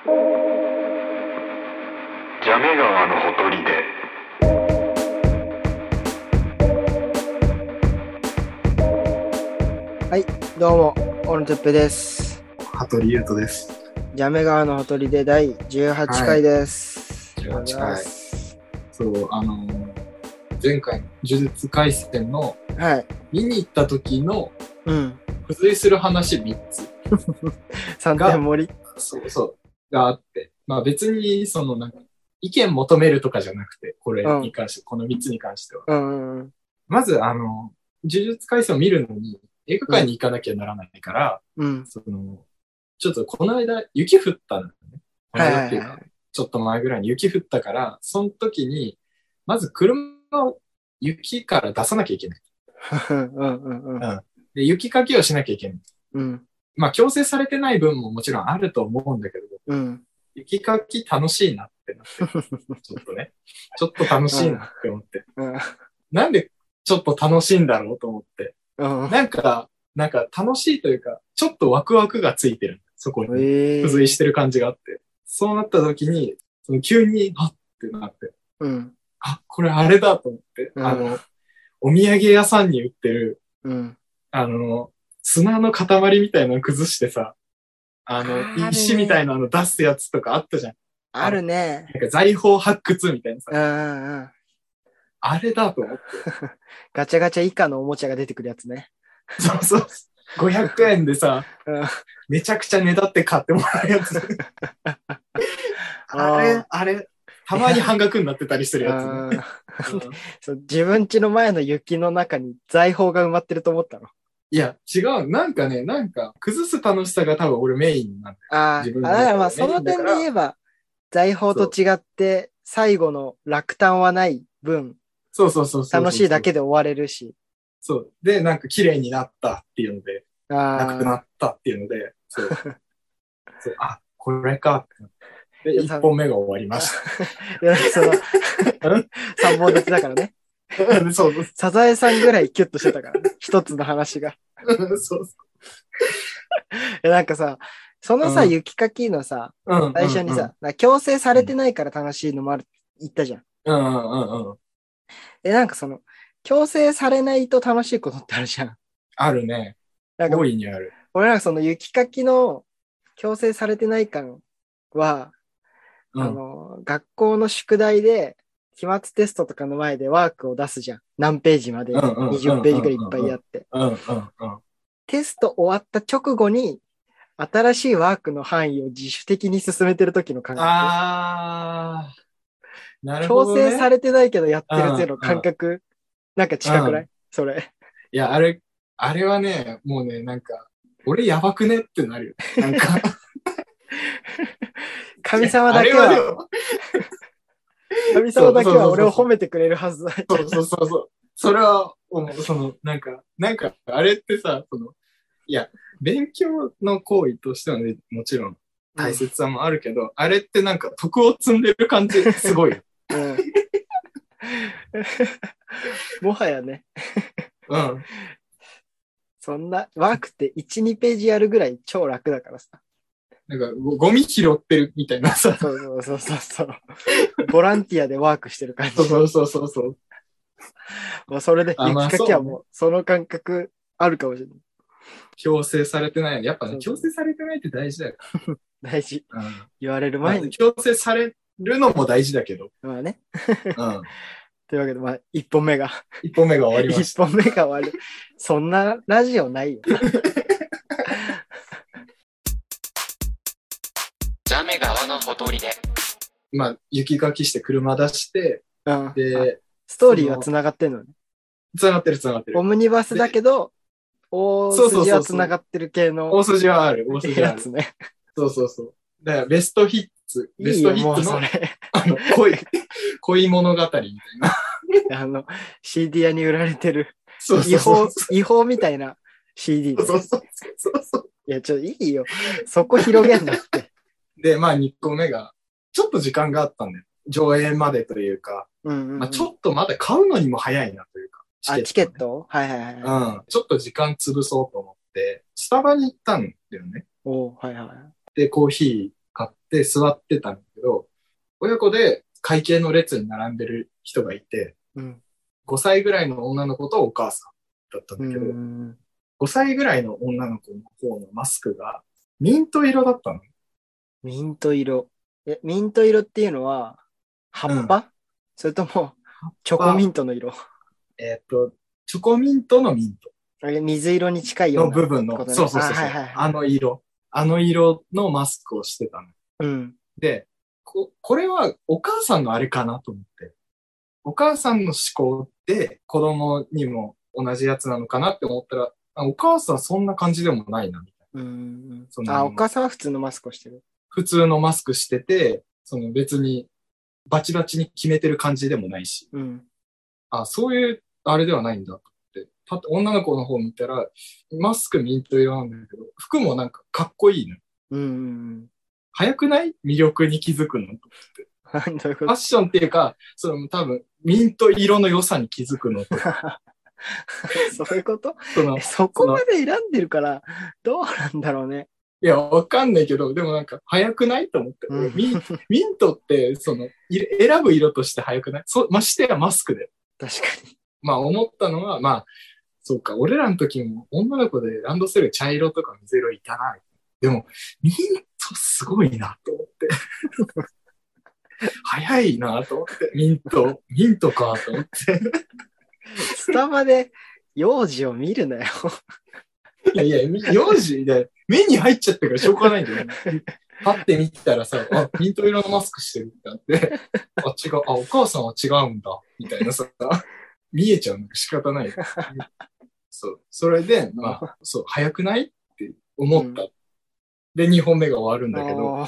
ジャメ川のほとりで。 はい、どうも、オルテッペです。 羽鳥優斗です。 ジャメ川のほとりで第18回です。 はい、18回。そう、前回の呪術廻戦の、見に行った時の、付随する話3つ。 3点盛り。 そうそう。があって。まあ別に、なんか、意見求めるとかじゃなくて、これに関して、この3つに関しては。まず、呪術廻戦を見るのに、映画館に行かなきゃならないから、ちょっとこの間、雪降ったんだよね。この間っていうか、ちょっと前ぐらいに雪降ったから、その時に、まず車を雪から出さなきゃいけない。で、雪かきをしなきゃいけない。まあ、強制されてない分ももちろんあると思うんだけど、雪かき楽しいなってなって、ちょっとね、ちょっと楽しいなって思って。なんでちょっと楽しいんだろうと思って。なんか楽しいというか、ちょっとワクワクがついてる。そこに。付随してる感じがあって。そうなった時に、急に、はっってなって。あ、これあれだと思って。お土産屋さんに売ってる、砂の塊みたいなの崩してさ、石みたいなの出すやつとかあったじゃん。 あるね。 なんか財宝発掘みたいなさ。あれだと思って。 ガチャガチャ以下のおもちゃが出てくるやつね。 そうそう。500円でさ、めちゃくちゃ値段って買ってもらうやつ。あれ、たまに半額になってたりするやつね。 自分家の前の雪の中に財宝が埋まってると思ったの。 いや、違う。なんか、崩す楽しさが多分俺メインなんだよ。 だからまあその点で言えば、財宝と違って最後の落胆はない分、楽しいだけで終われるし。 そう。で、なんか綺麗になったっていうので、なくなったっていうので、そう。あ、これかって。で、1本目が終わりました。 3本立ちだからね。サザエさんぐらいキュッとしてたからね。一つの話が。なんかさ、そのさ、雪かきのさ、最初にさ、強制されてないから楽しいのもあるって言ったじゃん。なんか強制されないと楽しいことってあるじゃん。 あるね。大いにある。 俺なんか雪かきの強制されてない感は、学校の宿題で、期末テストとかの前でワークを出すじゃん。何ページまで、20ページくらいいっぱいやって。テスト終わった直後に、新しいワークの範囲を自主的に進めてる時の感覚。 なるほどね。 強制されてないけどやってるぜの感覚、なんか近くない？それ。 いや、あれはね、もうね、なんか、俺やばくねってなるよ。なんか。 神様だけは俺を褒めてくれるはずだ。 そう。それは、なんか、あれってさ、いや、勉強の行為としてはね、もちろん大切さもあるけど、あれってなんか徳を積んでる感じ、すごいよ。 もはやね。そんな、ワークって1、2ページやるぐらい超楽だからさ。 なんか、ゴミ拾ってるみたいなさ。 そう。ボランティアでワークしてる感じ。そう。もうそれで、雪かきはもう、その感覚あるかもしれない。 強制されてない。やっぱね、強制されてないって大事だよ。 大事。言われる前に。 強制されるのも大事だけど。 まあね。というわけで、まあ、1本目が終わりました。 1本目が終わる。そんなラジオないよ。 ジャメ川のほとりで。 まあ、雪かきして車出して、で、 ストーリーは繋がってんのね。 繋がってる。 オムニバスだけど、大筋は繋がってる系の。 大筋はある。 やつね。 そう。だからベストヒッツの、恋物語みたいな。CD 屋に売られてる。 そう違法みたいな CD。 そう。 いや、ちょっといいよ。そこ広げんなって。 で、まあ2個目が、ちょっと時間があったんだよ。上映までというか、まあちょっとまだ買うのにも早いなというか。 チケット？はい。 ちょっと時間潰そうと思って、スタバに行ったんだよね。 はい。 で、コーヒー買っで座ってたんだけど、親子で会計の列に並んでる人がいて、 うん、 5歳ぐらいの女の子とお母さんだったんだけど、5歳ぐらいの女の子の方のマスクがミント色だったの。 ミント色。ミント色っていうのは葉っぱ、それともチョコミントの色？ チョコミントのミント。 水色に近いような、 の部分の、そう。あの色のマスクをしてたの。 うん。 で、これはお母さんのあれかなと思って。お母さんの思考で子供にも同じやつなのかなって思ったら、お母さんそんな感じでもないな、みたいな。 お母さんは普通のマスクをしてる。 普通のマスクしてて、別にバチバチに決めてる感じでもないし。そういう、あれではないんだって。女の子の方見たら、マスクミント色なんだけど、服もなんかかっこいいの。早くない？魅力に気づくのと思って。 どういうこと？ ファッションっていうか、多分、ミント色の良さに気づくのと。 そういうこと？そこまで選んでるから、どうなんだろうね。 いや、わかんないけど、でもなんか、早くないと思って。ミントって、選ぶ色として早くない？ましてやマスクで。 確かに。 まあ、思ったのは、まあ、そうか、俺らの時も女の子でランドセル茶色とか水色いたな。でも、ミントすごいなと思って。早いなと思って。ミントかと思って。 スタバで幼児を見るなよ。 いや、幼児で目に入っちゃってからしょうがないんだよ。パッて見たらさ、ミント色のマスクしてるってなって、違う、お母さんは違うんだ、みたいなさ、見えちゃうのが仕方ない。そう。それで、まあ、早くないって思った。で、2本目が終わるんだけど。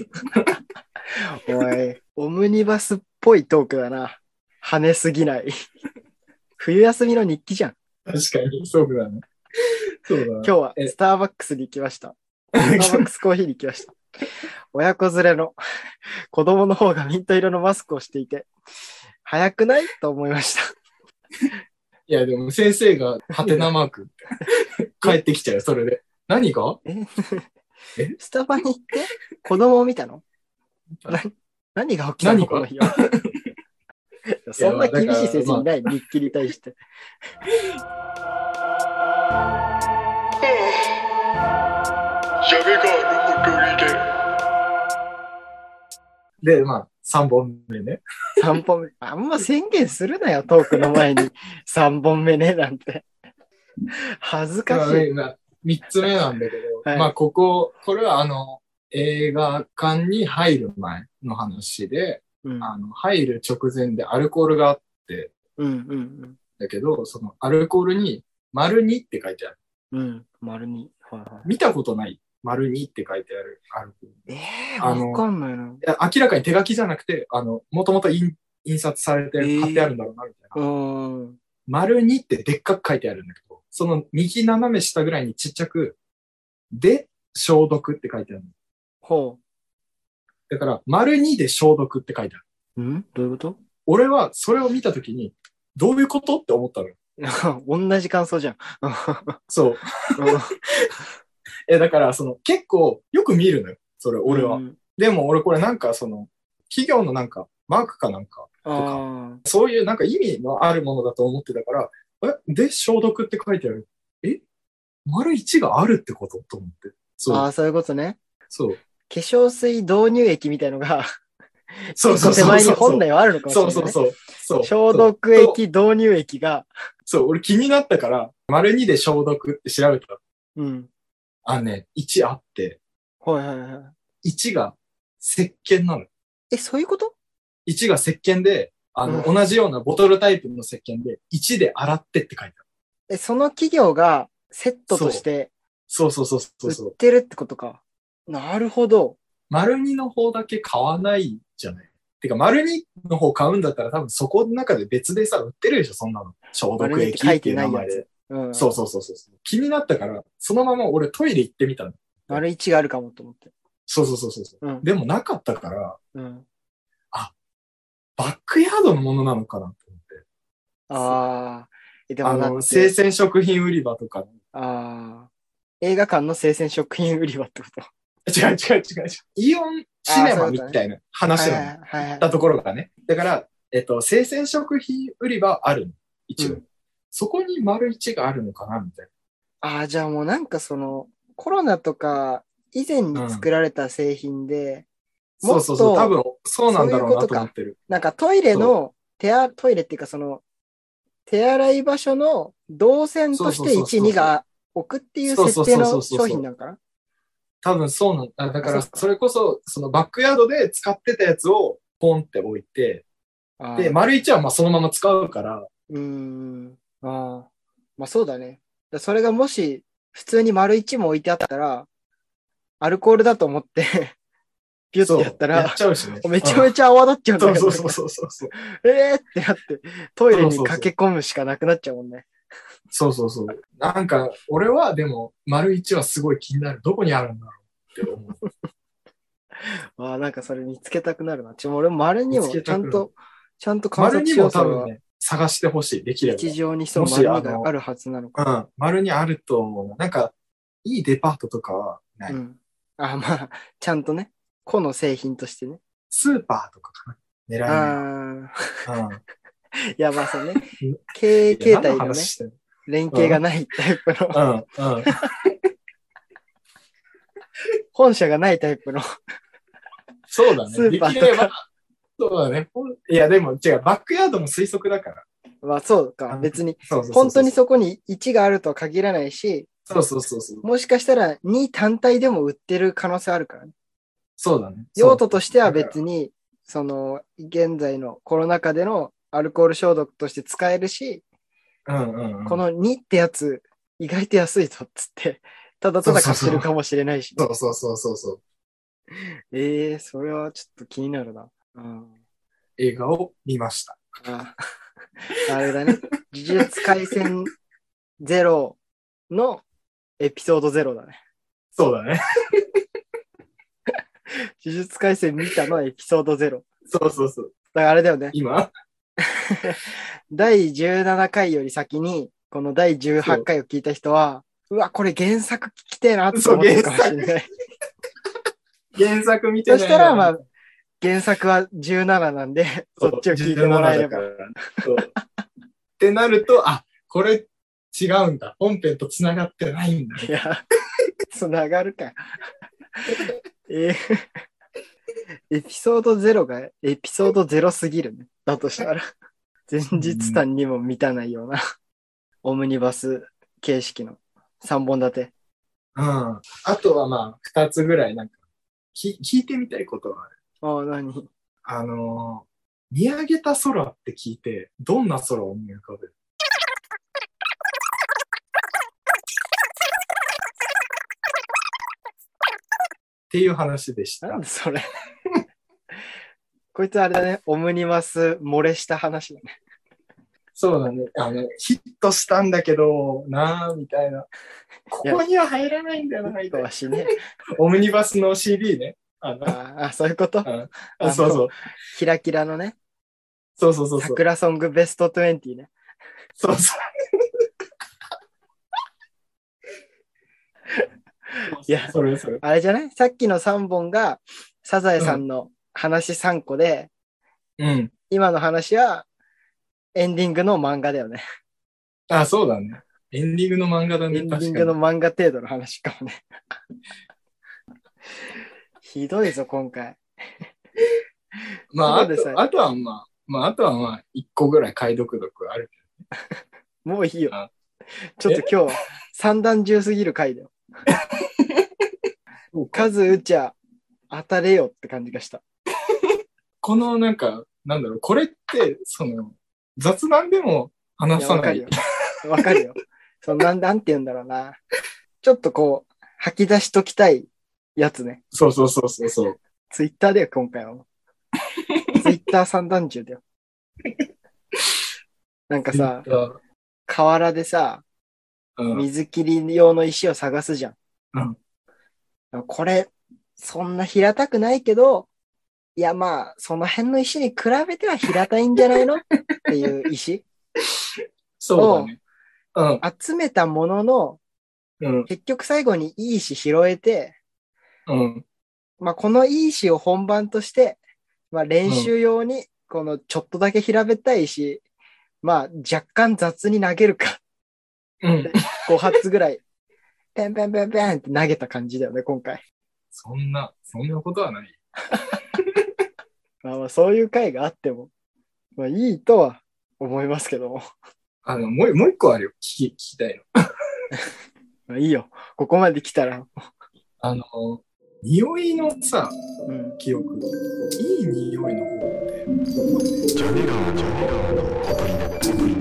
おい、オムニバスっぽいトークだな。跳ねすぎない。冬休みの日記じゃん。 確かに、そうだね。そうだ。 今日はスターバックスに行きました。スターバックスコーヒーに行きました。親子連れの子供の方がミント色のマスクをしていて、早くないと思いました。 いや、でも先生がハテナマーク帰ってきちゃう、それで。何がスタバに行って子供を見たの？何が起きたのこの日は。そんな厳しい先生いない、日記に対して。 闇川のほとりで。で、まあ、3本目ね。 3本目。あんま宣言するなよ、トークの前に。3本目ね、なんて。恥ずかしい。 3つ目なんだけど、はい、まあ、これは映画館に入る前の話で、入る直前でアルコールがあって、だけど、そのアルコールに、丸2って書いてある。 丸2。はいはい。 見たことない？丸2って書いてあるアルコール。 わかんないな。 明らかに手書きじゃなくて、もともと印刷されて貼ってあるんだろうな、みたいな。丸2ってでっかく書いてあるんだけど、その右斜め下ぐらいにちっちゃく、で、消毒って書いてあるの。 ほう。 だから、丸2で消毒って書いてある。どういうこと？ 俺はそれを見たときに、どういうことって思ったの。 同じ感想じゃん。 そう。だから、結構よく見るのよ。それ、俺は。でも俺これなんか企業のなんか、マークかなんかとか、そういうなんか意味のあるものだと思ってたから、で、消毒って書いてある。丸1があるってことと思って。 そう。そういうことね。 そう。 化粧水導入液みたいのが、 そう。 手前に本来はあるのかもしれない、ね。そう。消毒液、導入液が。 そう、俺気になったから、丸2で消毒って調べた。1あって。1が石鹸なの。 そういうこと？ 1 が石鹸で、同じようなボトルタイプの石鹸で、1で洗ってって書いてある。その企業がセットとして、売ってるってことか。なるほど。 丸2の方だけ買わないじゃない。てか、丸2の方買うんだったら多分そこの中で別でさ、売ってるでしょ、そんなの。消毒液っていう名前で。そう。気になったから、そのまま俺トイレ行ってみたの。 丸1があるかもと思って。 そう。でもなかったから、バックヤードのものなのかなと思って。 でも生鮮食品売り場とか。 映画館の生鮮食品売り場ってこと？ 違う。イオンシネマみたいな話のたところがね。だから、生鮮食品売り場あるの。一応。そこに丸一があるのかなみたいな。じゃあもうなんかコロナとか以前に作られた製品で、 そうそうそう、多分そうなんだろうなと思ってる。 なんかトイレの、トイレっていうか手洗い場所の動線として1、2が置くっていう設定の商品なんかな？ 多分そうなんだ。だから、それこそ、そのバックヤードで使ってたやつをポンって置いて、で、丸一はまあそのまま使うから。 まあそうだね。それがもし普通に丸一も置いてあったら、アルコールだと思ってピュッてやったら、 やっちゃうしね、 めちゃめちゃ泡立っちゃうんだけど。 そう。 ってなって、トイレに駆け込むしかなくなっちゃうもんね。 そう。なんか、俺はでも、丸一はすごい気になる。どこにあるんだろうって思う。 なんかそれ見つけたくなるな。俺も丸にもちゃんと観察しようと。丸にも多分ね、探してほしい。できれば。 日常に丸にがあるはずなのか。 丸にあると思う。なんか、いいデパートとかはない。 まあ、ちゃんとね、個の製品としてね。 スーパーとかかな。狙い。 いや、まあそうね。経営形態のね、連携がないタイプの。本社がないタイプの。 そうだね。 スーパーとか。 そうだね。いや、でも違う。バックヤードも推測だから。 まあそうか。別に、本当にそこに1があるとは限らないし、 そう。 もしかしたら2単体でも売ってる可能性あるからね。 そうだね。 用途としては別に、現在のコロナ禍でのアルコール消毒として使えるし、この2ってやつ、意外と安いぞっつって、ただただ買ってるかもしれないし、 ね。そう。 それはちょっと気になるな。 映画を見ました。 あれだね。呪術廻戦0のエピソード0だね。 そうだね。 呪術廻戦見たのエピソード0。 そう。 だからあれだよね。 今第17回より先に、この第18回を聞いた人は、うわ、これ原作聞きてえなって思ってるかもしれない。 原作見てない。 そしたら、まあ、原作は17なんで、そっちを聞いてもらえれば。 ってなると、これ違うんだ。本編と繋がってないんだ。 いや、繋がるか。エピソード0がエピソード0すぎるね。だとしたら。前日談にも満たないような、オムニバス形式の3本立て。 あとはまあ、2つぐらいなんか、聞いてみたいことはある。 何？ 見上げた空って聞いて、どんな空を思い浮かべる？っていう話でした。 なんでそれこいつあれだね、オムニバス漏れした話だね。 そうだね。ヒットしたんだけどなぁ、みたいな。ここには入らないんだよな、みたいな。オムニバスの CD ね。 そういうこと？ そう。 キラキラのね。 そう。 桜ソングベスト20ね。 そう。 いや、 それ。 あれじゃない？さっきの3本がサザエさんの話3個で、今の話はエンディングの漫画だよね。 そうだね。エンディングの漫画だね。 エンディングの漫画程度の話かもね。ひどいぞ、今回。 あとは1個ぐらい解読あるけど。もういいよ。ちょっと今日、三段重すぎる回だよ。数打ちゃ当たれよって感じがした。 このこれって、雑談でも話さない。 わかるよ。なんて言うんだろうな。ちょっとこう、吐き出しときたいやつね。 そう。 ツイッターだよ、今回は。ツイッター三段重だよ。なんかさ、河原でさ、水切り用の石を探すじゃん。これ、そんな平たくないけど、いやまあ、その辺の石に比べては平たいんじゃないのっていう石そうだね。 集めたものの、結局最後にいい石拾えて、 まあ、このいい詩を本番として、まあ、練習用に、このちょっとだけ平べったいし、まあ、若干雑に投げるか。5発ぐらい、ペンペンペンペンって投げた感じだよね、今回。 そんなことはない。 まあそういう回があっても、まあいいとは思いますけども。 もう一個あるよ、聞きたいの。 まあいいよ、ここまで来たら。 匂いのさ、記憶。いい匂いの方って。ジャネラーの小鳥だ。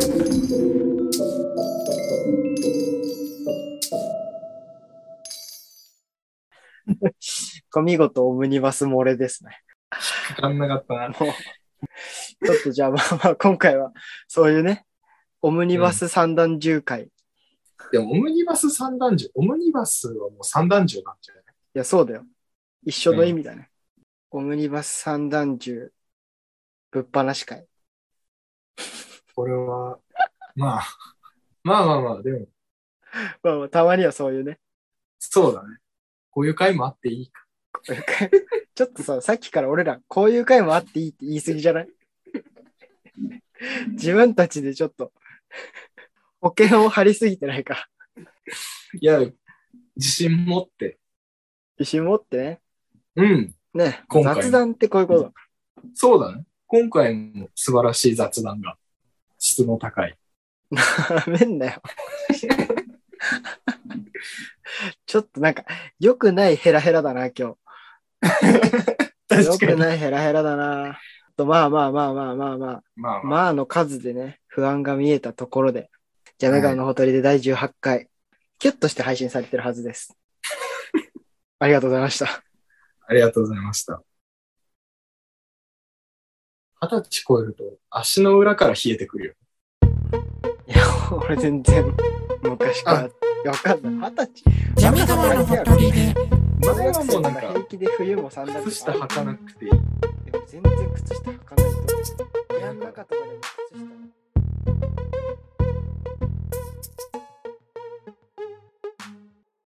見事オムニバス漏れですね。 引っかかんなかったな。もうちょっとじゃあまあ今回はそういうね、オムニバス三段重回。 でもオムニバス三段重、オムニバスはもう三段重なんじゃない？ いや、そうだよ。一緒の意味だね。オムニバス三段重、ぶっ放し会。 これは、まあ、でも。 まあ、たまにはそういうね。 そうだね。こういう回もあっていいか。 ちょっとさっきから俺ら、こういう回もあっていいって言い過ぎじゃない？自分たちでちょっと、保険を張りすぎてないか。 いや、自信持って。 自信持ってね。 うん。 ね、雑談ってこういうこと。 そうだね。今回も素晴らしい雑談が、質の高い。 なめんなよ。ちょっとなんか、良くないヘラヘラだな、今日。良くないヘラヘラだな。まあの数でね、不安が見えたところで、ジャメ川のほとりで第18回、キュッとして配信されてるはずです。ありがとうございました。 ありがとうございました。20歳超えると足の裏から冷えてくるよ。 いや、俺全然昔からわかんない。20歳。 ジャメ川のほとりで。 前はもうなんか平気で冬もサンダル靴下履かなくていい。 全然靴下履かないと。部屋の中とかでも